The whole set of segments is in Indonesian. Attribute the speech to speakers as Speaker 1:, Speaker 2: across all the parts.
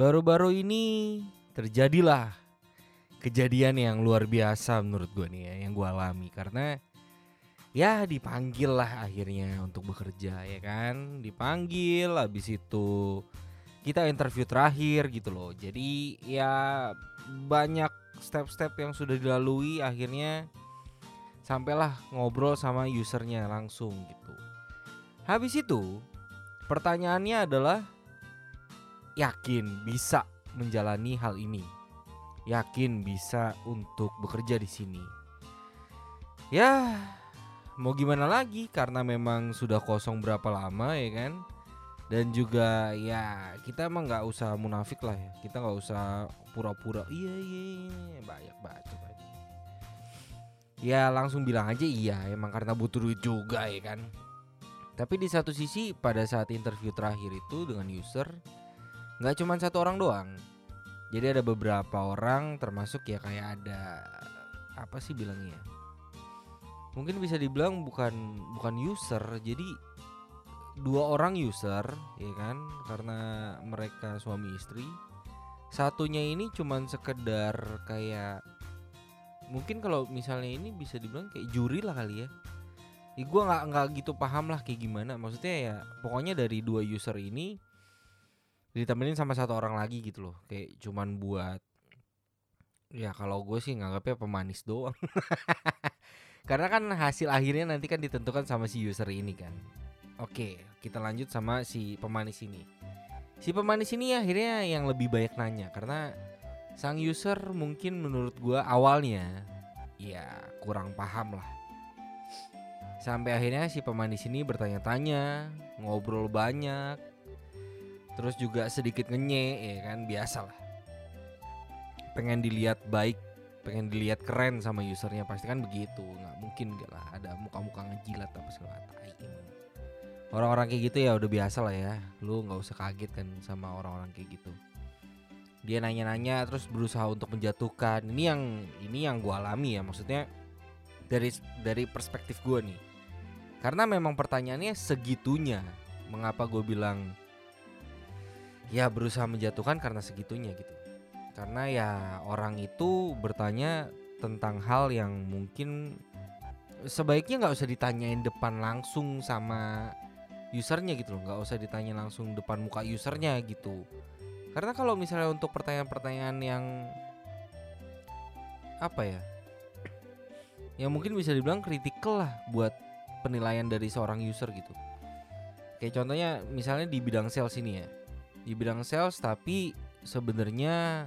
Speaker 1: Baru-baru ini terjadilah kejadian yang luar biasa menurut gue nih ya, yang gue alami. Karena ya dipanggil lah akhirnya untuk bekerja ya kan. Dipanggil, habis itu kita interview terakhir gitu loh. Jadi ya banyak step-step yang sudah dilalui, akhirnya sampailah ngobrol sama usernya langsung gitu. Habis itu pertanyaannya adalah, yakin bisa menjalani hal ini? Yakin bisa untuk bekerja di sini? Ya, mau gimana lagi, karena memang sudah kosong berapa lama ya kan. Dan juga ya kita emang nggak usah munafik lah ya. Kita nggak usah pura-pura iya banyak baca tadi. Ya langsung bilang aja iya, emang karena butuh duit juga ya kan. Tapi di satu sisi pada saat interview terakhir itu dengan user, nggak cuma satu orang doang. Jadi ada beberapa orang, termasuk ya kayak ada apa sih bilangnya? Mungkin bisa dibilang bukan user, jadi dua orang user ya kan, karena mereka suami istri. Satunya ini cuman sekedar kayak, mungkin kalau misalnya ini bisa dibilang kayak juri lah kali ya. Gue nggak gitu paham lah kayak gimana. Maksudnya ya pokoknya dari dua user ini ditemenin sama satu orang lagi gitu loh. Kayak cuman buat, ya kalau gue sih nganggapnya pemanis doang. Karena kan hasil akhirnya nanti kan ditentukan sama si user ini kan. Oke, kita lanjut sama si pemanis ini. Si pemanis ini akhirnya yang lebih banyak nanya, karena sang user mungkin menurut gue awalnya ya kurang paham lah. Sampai akhirnya si pemanis ini bertanya-tanya, ngobrol banyak, terus juga sedikit ngenye ya kan, biasalah. Pengen dilihat baik, pengen dilihat keren sama usernya, pasti kan begitu. Nggak mungkin gak lah ada muka-muka ngejilat apa segala tai. Orang-orang kayak gitu ya udah biasa lah ya. Lu nggak usah kaget kan sama orang-orang kayak gitu. Dia nanya-nanya terus berusaha untuk menjatuhkan. Ini yang gue alami ya, maksudnya dari perspektif gue nih. Karena memang pertanyaannya segitunya. Mengapa gue bilang ya berusaha menjatuhkan, karena segitunya gitu. Karena ya orang itu bertanya tentang hal yang mungkin sebaiknya gak usah ditanyain depan langsung sama usernya gitu loh. Gak usah ditanya langsung depan muka usernya gitu. Karena kalau misalnya untuk pertanyaan-pertanyaan yang apa ya, yang mungkin bisa dibilang kritikal lah buat penilaian dari seorang user gitu. Kayak contohnya misalnya di bidang sales ini ya. Di bidang sales tapi sebenarnya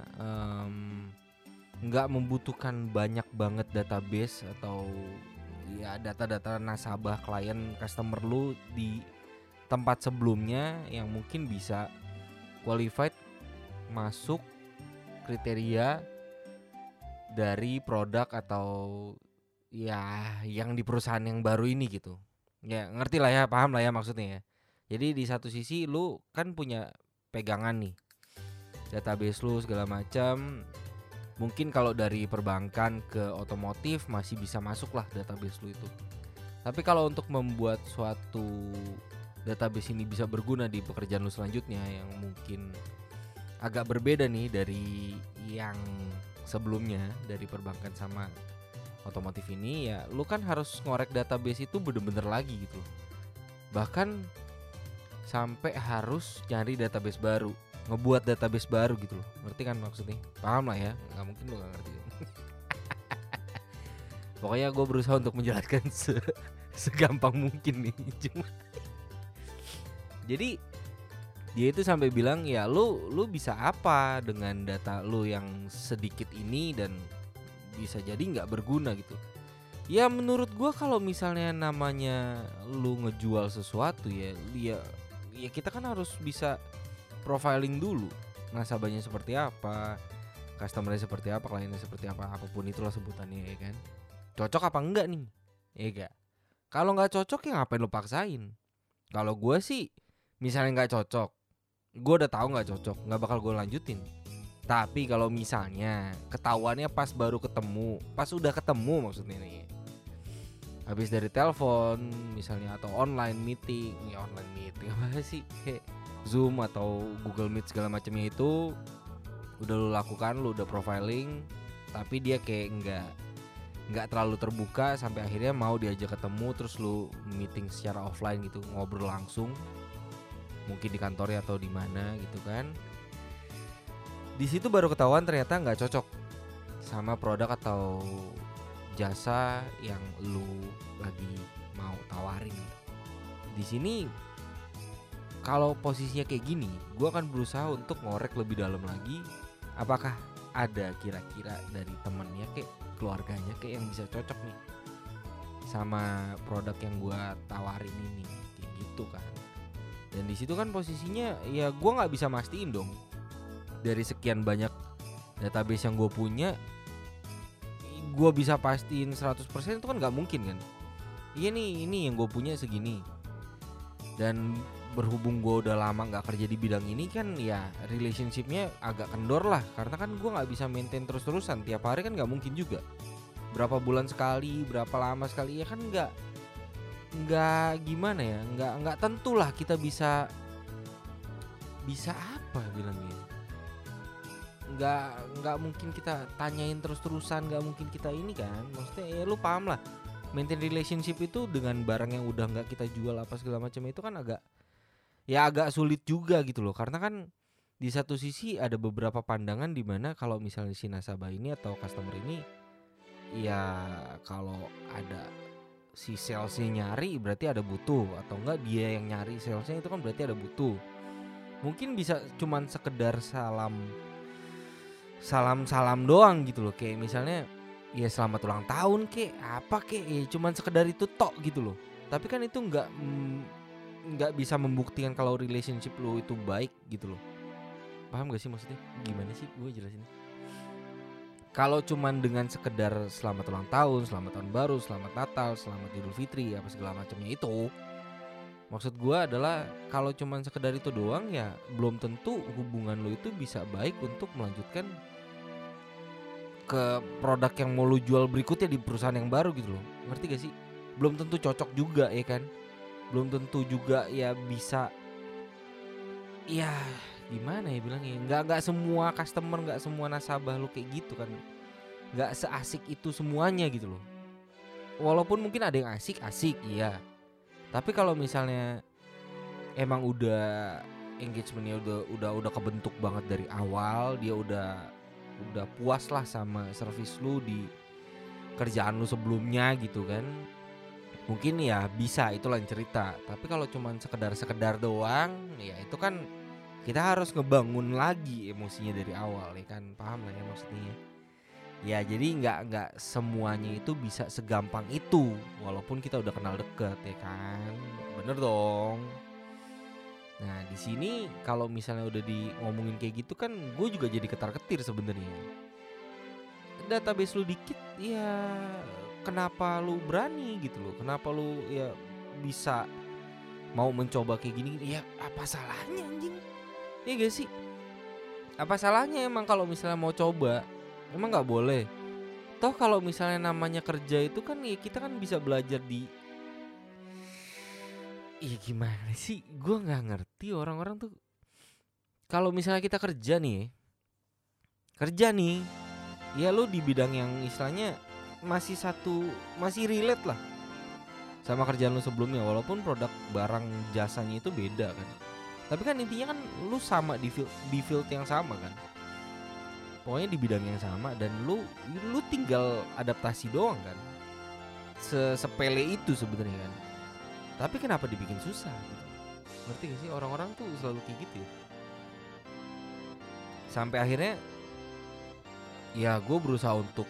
Speaker 1: nggak membutuhkan banyak banget database atau ya data-data nasabah klien customer lu di tempat sebelumnya yang mungkin bisa qualified masuk kriteria dari produk atau ya yang di perusahaan yang baru ini gitu. Ya ngerti lah ya, paham lah ya maksudnya ya. Jadi di satu sisi lu kan punya pegangan nih, database lu segala macam. Mungkin kalau dari perbankan ke otomotif masih bisa masuk lah database lu itu. Tapi kalau untuk membuat suatu database ini bisa berguna di pekerjaan lu selanjutnya yang mungkin agak berbeda nih dari yang sebelumnya, dari perbankan sama otomotif ini, ya lu kan harus ngorek database itu bener-bener lagi gitu. Bahkan sampai harus nyari database baru, ngebuat database baru gitu loh. Ngerti kan maksudnya? Paham lah ya? Gak mungkin lu gak ngerti. Pokoknya gue berusaha untuk menjelaskan segampang mungkin nih. Cuma jadi dia itu sampai bilang ya lu bisa apa dengan data lu yang sedikit ini dan bisa jadi nggak berguna gitu. Ya menurut gua kalau misalnya namanya lu ngejual sesuatu ya kita kan harus bisa profiling dulu, nasabahnya seperti apa, customernya seperti apa, kliennya seperti apa, apapun itulah sebutannya ya kan. Cocok apa enggak nih? Ya enggak. Kalau nggak cocok ya ngapain lu paksain? Kalau gua sih misalnya nggak cocok, gue udah tahu nggak cocok, nggak bakal gue lanjutin. Tapi kalau misalnya ketahuannya pas baru ketemu, pas udah ketemu maksudnya nih, habis dari telepon misalnya atau online meeting apa sih, kayak Zoom atau Google Meet segala macamnya itu udah lu lakukan, lu udah profiling, tapi dia kayak nggak terlalu terbuka sampai akhirnya mau diajak ketemu, terus lu meeting secara offline gitu, ngobrol langsung, mungkin di kantornya atau di mana gitu kan. Di situ baru ketahuan ternyata nggak cocok sama produk atau jasa yang lu lagi mau tawarin. Di sini kalau posisinya kayak gini, gue akan berusaha untuk ngorek lebih dalam lagi, apakah ada kira-kira dari temennya kayak keluarganya kayak yang bisa cocok nih sama produk yang gue tawarin ini, kayak gitu kan. Dan di situ kan posisinya ya gue nggak bisa mastiin dong dari sekian banyak database yang gue punya, gue bisa pastiin 100% itu kan nggak mungkin kan. Iya nih, ini yang gue punya segini. Dan berhubung gue udah lama nggak kerja di bidang ini kan, ya relationshipnya agak kendor lah, karena kan gue nggak bisa maintain terus-terusan tiap hari kan, nggak mungkin juga. Berapa bulan sekali, berapa lama sekali, ya kan nggak gimana ya, nggak tentu lah kita bisa apa bilangnya. Nggak mungkin kita tanyain terus-terusan, nggak mungkin kita ini kan, maksudnya ya lu paham lah. Maintain relationship itu dengan barang yang udah nggak kita jual apa segala macam itu kan agak sulit juga gitu loh, karena kan di satu sisi ada beberapa pandangan di mana kalau misalnya si nasabah ini atau customer ini, ya kalau ada si salesnya nyari berarti ada butuh, atau enggak dia yang nyari salesnya itu kan berarti ada butuh. Mungkin bisa cuman sekedar salam doang gitu loh, kayak misalnya ya selamat ulang tahun kek apa kek, ya cuman sekedar itu tok gitu loh. Tapi kan itu nggak bisa membuktikan kalau relationship lo itu baik gitu loh. Paham gak sih maksudnya? Gimana sih gue jelasin? Kalau cuman dengan sekedar selamat ulang tahun, selamat tahun baru, selamat Natal, selamat Idul Fitri, apa segala macamnya itu, maksud gue adalah kalau cuman sekedar itu doang ya belum tentu hubungan lo itu bisa baik untuk melanjutkan ke produk yang mau lo jual berikutnya di perusahaan yang baru gitu loh. Ngerti gak sih? Belum tentu cocok juga ya kan? Belum tentu juga ya bisa, ya gimana ya bilangnya, nggak semua customer, nggak semua nasabah lo kayak gitu kan, nggak seasik itu semuanya gitu loh. Walaupun mungkin ada yang asik iya, tapi kalau misalnya emang udah engagementnya udah kebentuk banget dari awal, dia udah puas lah sama service lu di kerjaan lu sebelumnya gitu kan, mungkin ya bisa, itu lain cerita. Tapi kalau cuman sekedar doang, ya itu kan kita harus ngebangun lagi emosinya dari awal ya kan, paham lah ya maksudnya. Ya jadi nggak semuanya itu bisa segampang itu, walaupun kita udah kenal deket ya kan, bener dong. Nah di sini kalau misalnya udah ngomongin kayak gitu kan, gue juga jadi ketar-ketir sebenarnya. Database lu dikit, ya kenapa lu berani gitu loh, kenapa lu ya bisa mau mencoba kayak gini, ya apa salahnya anjing, ya gak sih? Apa salahnya emang kalau misalnya mau coba, emang gak boleh? Toh kalau misalnya namanya kerja itu kan ya kita kan bisa belajar di, iya gimana sih, gue gak ngerti orang-orang tuh. Kalau misalnya kita kerja nih, ya lu di bidang yang istilahnya masih relate lah sama kerjaan lu sebelumnya, walaupun produk barang jasanya itu beda kan, tapi kan intinya kan lu sama di field yang sama kan, pokoknya di bidang yang sama, dan lu tinggal adaptasi doang kan. Sepele itu sebenarnya kan, tapi kenapa dibikin susah gitu? Ngerti gak sih, orang-orang tuh selalu kayak gitu ya. Sampai akhirnya ya gue berusaha untuk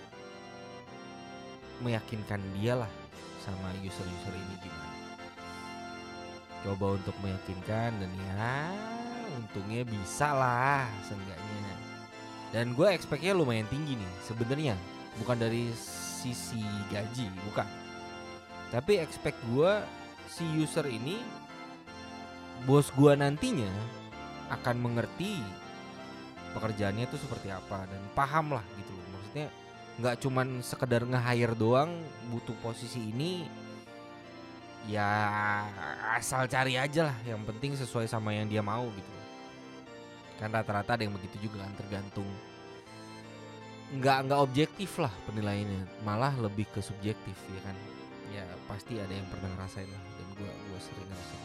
Speaker 1: meyakinkan dia lah sama user ini gimana. Coba untuk meyakinkan, dan ya untungnya bisa lah seenggaknya. Dan gue expect-nya lumayan tinggi nih sebenarnya, bukan dari sisi gaji, bukan. Tapi expect gue si user ini, bos gue nantinya akan mengerti pekerjaannya itu seperti apa dan paham lah gitu loh. Maksudnya nggak cuman sekedar nge-hire doang, butuh posisi ini, ya asal cari aja lah, yang penting sesuai sama yang dia mau gitu. Kan rata-rata ada yang begitu juga kan, tergantung. Nggak objektif lah penilaiannya, malah lebih ke subjektif ya kan. Ya pasti ada yang pernah ngerasain lah, dan gua sering ngerasain.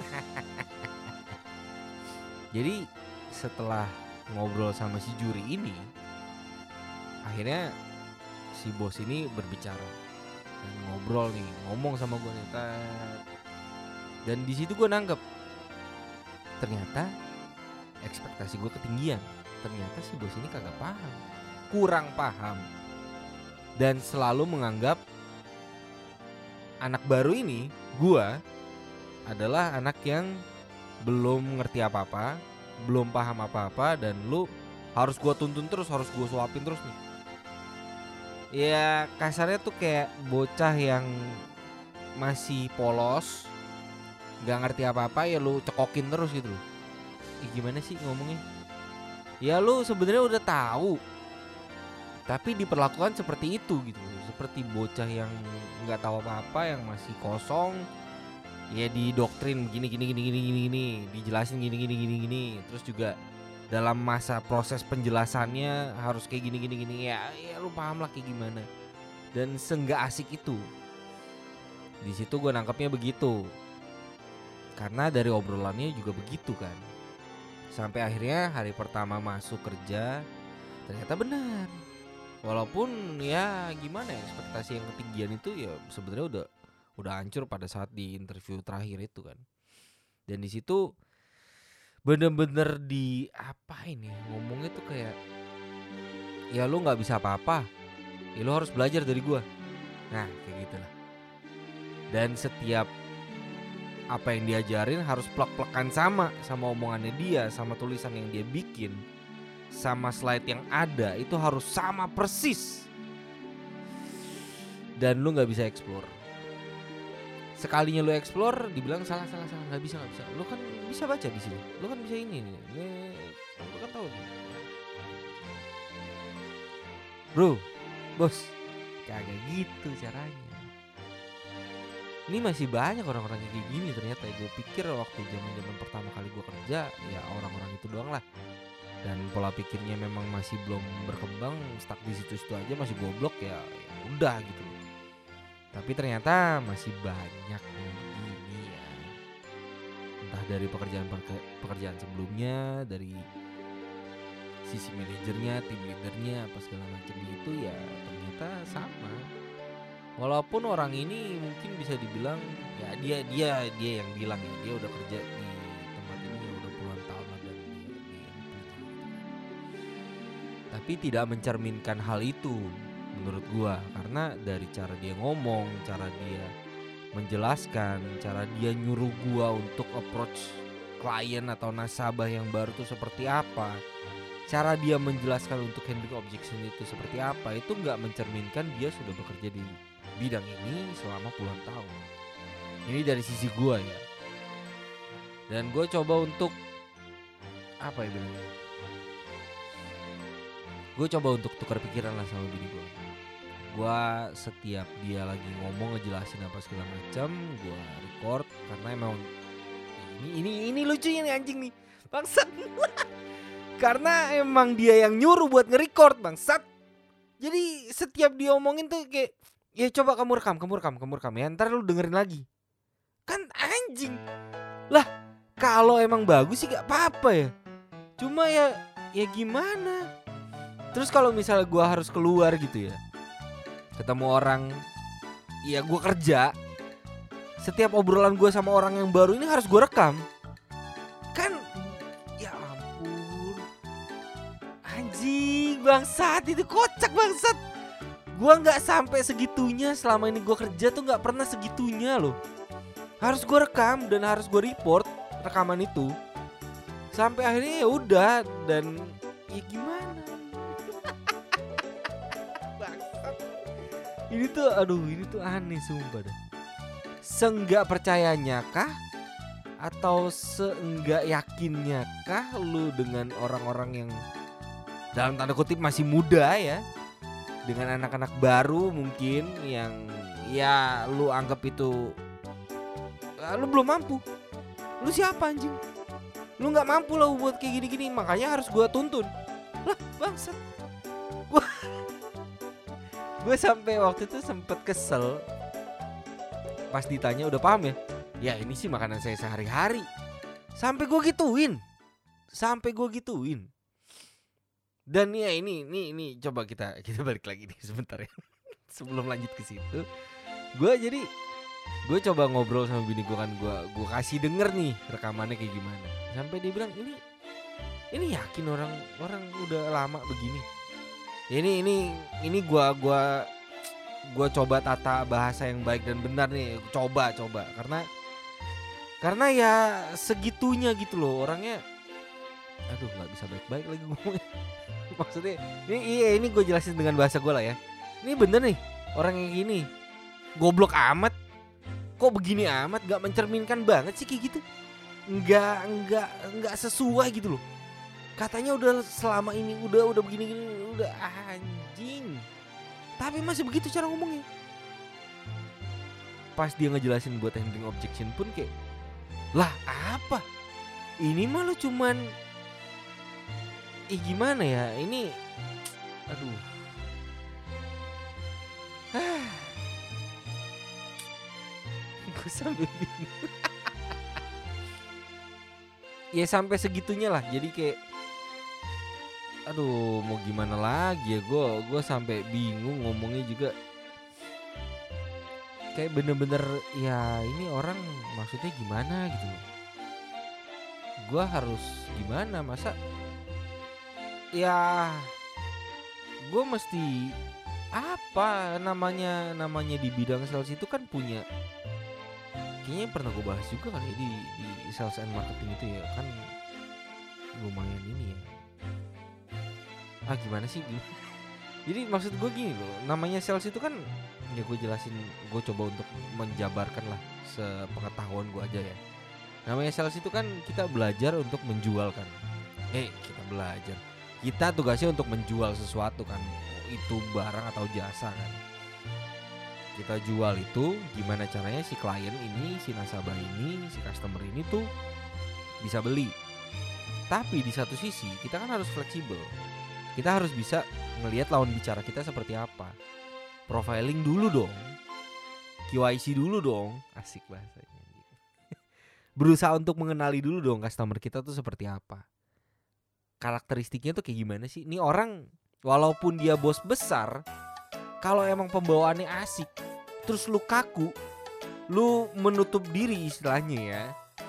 Speaker 1: Jadi setelah ngobrol sama si juri ini, akhirnya si bos ini berbicara dan ngobrol nih, ngomong sama gue nih, dan di situ gue nanggep ternyata ekspektasi gue ketinggian. Ternyata si bos ini kagak paham, kurang paham, dan selalu menganggap anak baru ini, gue, adalah anak yang belum ngerti apa-apa, belum paham apa-apa, dan lu harus gue tuntun terus, harus gue suapin terus nih. Ya kasarnya tuh kayak bocah yang masih polos, gak ngerti apa-apa, ya lu cekokin terus gitu loh. Gimana sih ngomongnya? Ya lu sebenarnya udah tahu, tapi diperlakukan seperti itu gitu, seperti bocah yang nggak tahu apa-apa, yang masih kosong. Ya didoktrin gini, dijelasin gini. Terus juga dalam masa proses penjelasannya harus kayak gini. Ya lu paham lah kayak gimana. Dan seenggak asik itu. Di situ gue nangkepnya begitu. Karena dari obrolannya juga begitu kan. Sampai akhirnya hari pertama masuk kerja, ternyata benar. Walaupun ya gimana ya, ekspektasi yang ketinggian itu ya sebenarnya udah hancur pada saat di interview terakhir itu kan. Dan di situ bener-bener di apain ya, ngomongnya tuh kayak, ya lu nggak bisa apa-apa, ya lu harus belajar dari gua. Nah kayak gitulah. Dan setiap apa yang diajarin harus plek-plekan sama omongannya dia, sama tulisan yang dia bikin, sama slide yang ada, itu harus sama persis. Dan lu nggak bisa explore. Sekalinya lu explore dibilang salah, nggak bisa. Lu kan bisa baca di sini, lu kan bisa ini, lu kan tahu. Bro, bos, kagak gitu caranya. Ini masih banyak orang-orang yang kayak gini ternyata. Gue pikir waktu zaman pertama kali gue kerja, ya orang-orang itu doang lah. Dan pola pikirnya memang masih belum berkembang, stuck di situ-situ aja, masih goblok ya udah gitu. Tapi ternyata masih banyak yang gini ya. Entah dari pekerjaan sebelumnya, dari sisi manajernya, tim leadernya, apa segala macam itu ya ternyata sama. Walaupun orang ini mungkin bisa dibilang ya dia yang bilang ya, dia udah kerja di tempat ini ya udah puluhan tahun lah, dan dia tapi tidak mencerminkan hal itu menurut gua, karena dari cara dia ngomong, cara dia menjelaskan, cara dia nyuruh gua untuk approach klien atau nasabah yang baru tuh seperti apa, cara dia menjelaskan untuk handling objection itu seperti apa, itu nggak mencerminkan dia sudah bekerja di bidang ini selama puluhan tahun. Ini dari sisi gue ya. Dan gue coba untuk apa ya bilangnya, gue coba untuk tukar pikiran lah sama bini gue. Gue setiap dia lagi ngomong ngejelasin apa segala macam, gue record, karena emang ini lucunya nih anjing nih bangsat. Karena emang dia yang nyuruh buat nge-record bangsat. Jadi setiap dia omongin tuh kayak, ya coba kamu rekam ya, ntar lu dengerin lagi. Kan anjing. Lah kalau emang bagus sih gak apa-apa ya. Cuma ya gimana. Terus kalau misalnya gue harus keluar gitu ya, ketemu orang, ya gue kerja, setiap obrolan gue sama orang yang baru ini harus gue rekam. Kan ya ampun, anjing bangsat, itu kocak bangsat. Gue gak sampai segitunya selama ini gue kerja tuh, gak pernah segitunya loh. Harus gue rekam dan harus gue report rekaman itu. Sampai akhirnya ya udah, dan ya gimana. Bangsat. Ini tuh aneh sumpah dah. Seenggak percayanya kah? Atau seenggak yakinnya kah lu dengan orang-orang yang dalam tanda kutip masih muda ya, dengan anak-anak baru mungkin yang ya lu anggap itu lu belum mampu. Lu siapa anjing? Lu nggak mampu lah buat kayak gini-gini, makanya harus gue tuntun. Lah bangsat. Gue sampai waktu itu sempet kesel pas ditanya udah paham ya? Ya ini sih makanan saya sehari-hari. Sampai gue gituin. Dan ya ini coba kita balik lagi nih sebentar ya. Sebelum lanjut ke situ, gue coba ngobrol sama bini gue kan, gue kasih denger nih rekamannya kayak gimana. Sampai dia bilang ini yakin orang udah lama begini. Ini gue coba tata bahasa yang baik dan benar nih, coba karena ya segitunya gitu loh orangnya. Aduh nggak bisa baik-baik lagi ngomongnya. Maksudnya ini gue jelasin dengan bahasa gue lah ya. Ini bener nih orang yang gini goblok amat. Kok begini amat, gak mencerminkan banget sih kayak gitu. Enggak sesuai gitu loh. Katanya udah selama ini udah begini udah anjing. Tapi masih begitu cara ngomongnya. Pas dia ngejelasin buat handling objection pun kayak, lah apa? Ini mah lo cuman gimana ya? Ini aduh. Gue sampai bingung. Ya sampai segitunya lah. Jadi kayak aduh mau gimana lagi ya, gue sampai bingung ngomongnya juga. Kayak bener-bener ya ini orang maksudnya gimana gitu. Gue harus gimana, masa ya gue mesti apa namanya di bidang sales itu kan punya, kayaknya pernah gue bahas juga kali di sales and marketing itu ya kan, lumayan ini ya. Gimana sih? Jadi maksud gue gini loh, namanya sales itu kan ya gue jelasin, gue coba untuk menjabarkan lah sepengetahuan gue aja ya. Namanya sales itu kan kita belajar untuk menjual kan. Kita belajar. Kita tugasnya untuk menjual sesuatu kan, itu barang atau jasa kan. Kita jual itu gimana caranya si klien ini, si nasabah ini, si customer ini tuh bisa beli. Tapi di satu sisi kita kan harus fleksibel. Kita harus bisa ngelihat lawan bicara kita seperti apa. Profiling dulu dong. QIC dulu dong. Asik bahasanya. Berusaha untuk mengenali dulu dong customer kita tuh seperti apa. Karakteristiknya tuh kayak gimana sih? Ini orang walaupun dia bos besar, kalau emang pembawaannya asik, terus lu kaku, lu menutup diri istilahnya ya,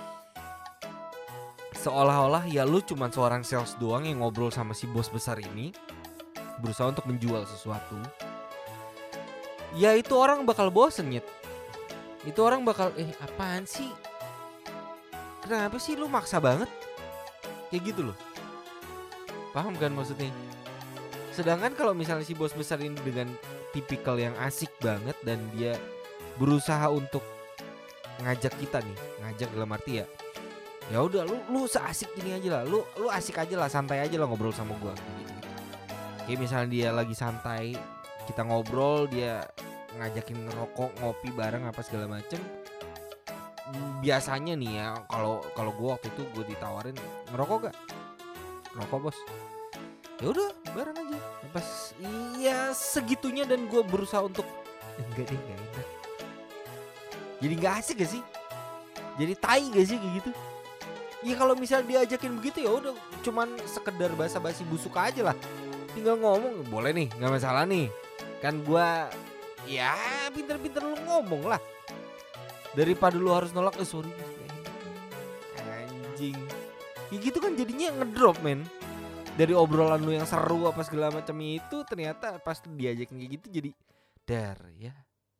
Speaker 1: seolah-olah ya lu cuman seorang sales doang yang ngobrol sama si bos besar ini, berusaha untuk menjual sesuatu, ya itu orang bakal bosen nyet. Itu orang bakal apaan sih? Kenapa sih lu maksa banget? Kayak gitu loh. Paham kan maksudnya? Sedangkan kalau misalnya si bos besar ini dengan tipikal yang asik banget dan dia berusaha untuk ngajak kita nih, ngajak dalam arti ya udah lu seasik ini aja lah, lu asik aja lah, santai aja lah ngobrol sama gua gitu. Kayak misalnya dia lagi santai, kita ngobrol, dia ngajakin ngerokok, ngopi bareng apa segala macem. Biasanya nih ya, kalau gua waktu itu gua ditawarin ngerokok gak? Ngerokok bos. Ya udah bareng aja. Pas iya segitunya dan gue berusaha untuk enggak deh, enggak enak. Jadi nggak asik gak sih? Jadi tai gak sih kayak gitu? Ya kalau misal diajakin begitu ya udah cuman sekedar basa-basi busuk aja lah. Tinggal ngomong boleh nih, nggak masalah nih. Kan gue ya pinter-pinter lu ngomong lah. Daripada lu harus nolak, sorry anjing. Ya gitu kan jadinya ngedrop men. Dari obrolan lu yang seru apa segala macam itu, ternyata pas diajakin kayak gitu jadi ya.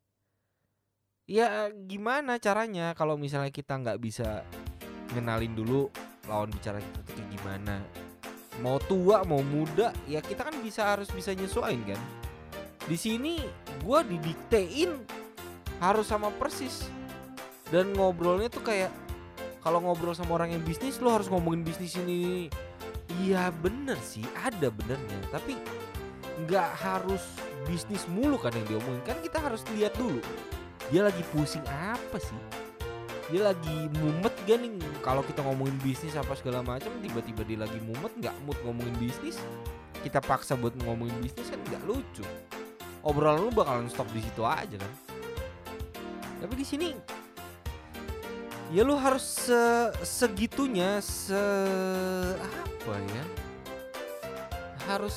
Speaker 1: Ya gimana caranya kalau misalnya kita nggak bisa ngenalin dulu lawan bicara kita tuh kayak gimana. Mau tua mau muda ya kita kan harus bisa nyesuaiin kan. Di sini gue didiktein harus sama persis. Dan ngobrolnya tuh kayak kalau ngobrol sama orang yang bisnis lo harus ngomongin bisnis ini. Iya bener sih, ada benernya. Tapi gak harus bisnis mulu kan yang diomongin. Kan kita harus lihat dulu dia lagi pusing apa sih. Dia lagi mumet gak nih kalau kita ngomongin bisnis apa segala macam, tiba-tiba dia lagi mumet, nggak mood ngomongin bisnis, kita paksa buat ngomongin bisnis kan nggak lucu. Obrolan lu bakalan stop di situ aja kan. Tapi di sini ya lu harus segitunya, apa ya, harus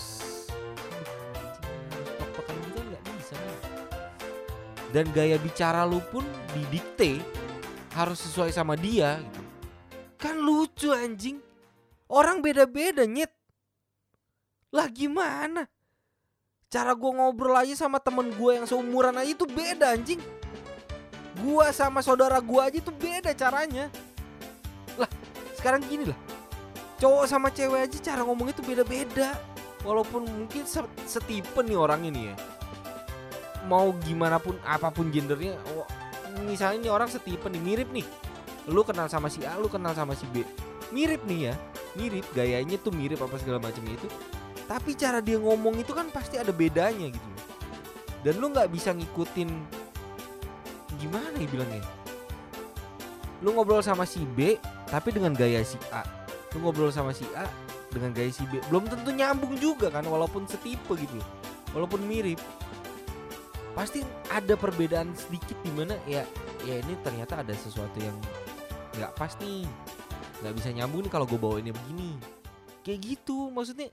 Speaker 1: tok-tokan gitu nggak bisa nih. Dan gaya bicara lu pun didikte harus sesuai sama dia gitu. Kan lucu anjing. Orang beda-beda nyet. Lah gimana? Cara gue ngobrol aja sama temen gue yang seumuran aja itu beda anjing. Gue sama saudara gue aja itu beda caranya. Lah sekarang gini lah, cowok sama cewek aja cara ngomong itu beda-beda. Walaupun mungkin setipe nih orang ini ya, mau gimana pun apapun gendernya. Misalnya nih orang setipe nih, mirip nih. Lu kenal sama si A, lu kenal sama si B, mirip nih ya, mirip gayanya tuh mirip apa segala macam itu. Tapi cara dia ngomong itu kan pasti ada bedanya gitu. Dan lu nggak bisa ngikutin, gimana ya bilangnya. Lu ngobrol sama si B tapi dengan gaya si A, lu ngobrol sama si A dengan gaya si B, belum tentu nyambung juga kan, walaupun setipe gitu loh, walaupun mirip. Pasti ada perbedaan sedikit di mana ya ini ternyata ada sesuatu yang nggak pas nih, nggak bisa nyambung nih kalau gue bawainnya begini, kayak gitu maksudnya.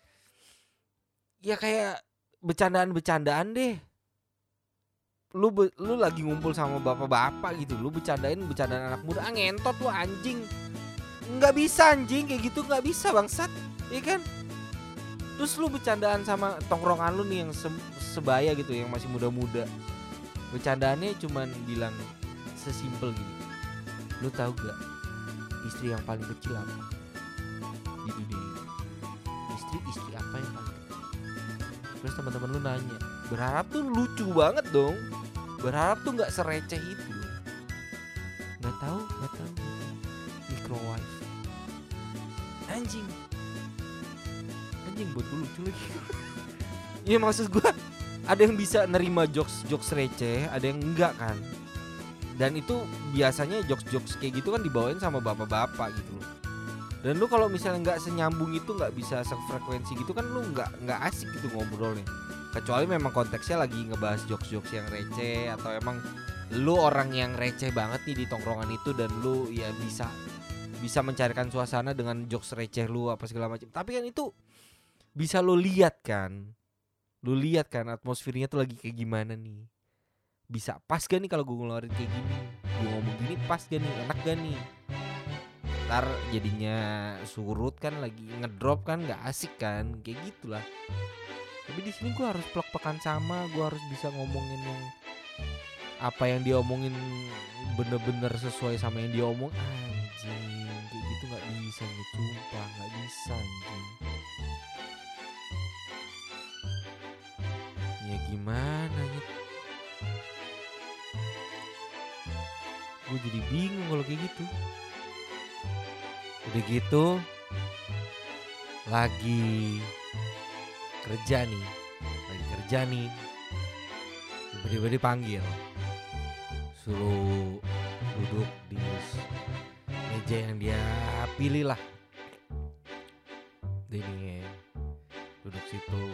Speaker 1: Ya kayak bercandaan deh. Lu lagi ngumpul sama bapak-bapak gitu, lu bercandaan anak muda, ngentot lu anjing. Nggak bisa anjing kayak gitu, nggak bisa bangsat, ya kan? Terus lu bercandaan sama tongkrongan lu nih yang sebaya gitu, yang masih muda-muda, bercandaannya cuman bilang sesimpel gini, lu tahu gak istri yang paling kecil apa di dunia ini? Istri apa yang paling kecil? Terus teman-teman lu nanya, berharap tuh lucu banget dong, berharap tuh nggak sereceh itu. Nggak tahu microwave. Anjing buat gue lucu lagi. Iya maksud gue, ada yang bisa nerima jokes receh, ada yang enggak kan. Dan itu biasanya jokes kayak gitu kan dibawain sama bapak-bapak gitu loh. Dan lu kalau misalnya nggak senyambung itu, nggak bisa sefrekuensi gitu kan, lu nggak asik gitu ngobrolnya. Kecuali memang konteksnya lagi ngebahas jokes yang receh, atau emang lu orang yang receh banget nih di tongkrongan itu, dan lu ya bisa mencarikan suasana dengan jokes receh lu apa segala macam. Tapi kan itu bisa lu lihat kan atmosfernya tuh lagi kayak gimana nih. Bisa pas gak nih kalau gue ngeluarin kayak gini, gue ngomong gini, pas gak nih, enak gak nih. Ntar jadinya surut kan, lagi ngedrop kan, nggak asik kan, kayak gitulah. Tapi di sini gue harus plek-plekan sama, gue harus bisa ngomongin yang apa yang dia omongin bener-bener sesuai sama yang dia omong. Anjing kayak gitu nggak bisa nih, sumpah nggak bisa anjing. Ya gimana nih, gue jadi bingung kalau kayak gitu. Udah gitu lagi kerja nih, tiba-tiba dipanggil, suruh duduk di meja yang dia pilih lah. Ini duduk situ,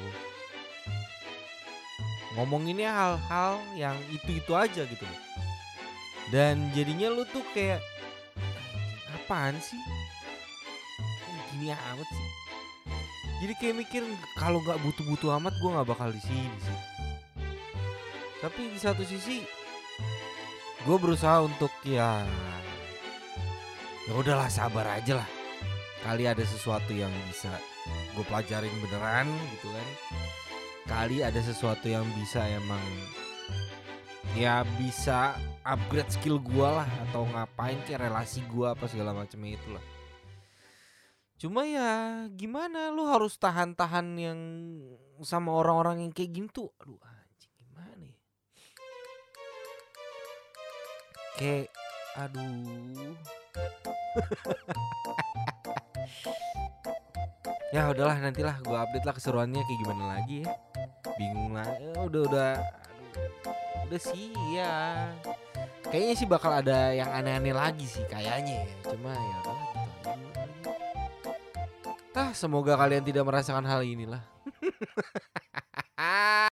Speaker 1: ngomonginnya hal-hal yang itu aja gitu. Dan jadinya lu tuh kayak, apaan sih, gini amat sih. Jadi kayak mikir, kalau nggak butuh amat gue nggak bakal di sini sih. Tapi di satu sisi gue berusaha untuk ya udahlah, sabar aja lah. Kali ada sesuatu yang bisa gue pelajarin beneran gitu kan. Kali ada sesuatu yang bisa emang ya bisa upgrade skill gue lah, atau ngapain kayak relasi gue apa segala macamnya itulah. Cuma ya gimana, lu harus tahan yang sama orang-orang yang kayak gini tuh. Aduh anjing, gimana ya. Kayak aduh. Ya udahlah, nantilah gue update lah keseruannya kayak gimana lagi ya. Bingung lah. Udah sih ya. Kayaknya sih bakal ada yang aneh-aneh lagi sih kayaknya ya. Cuma ya udahlah gitu aja. Semoga kalian tidak merasakan hal inilah.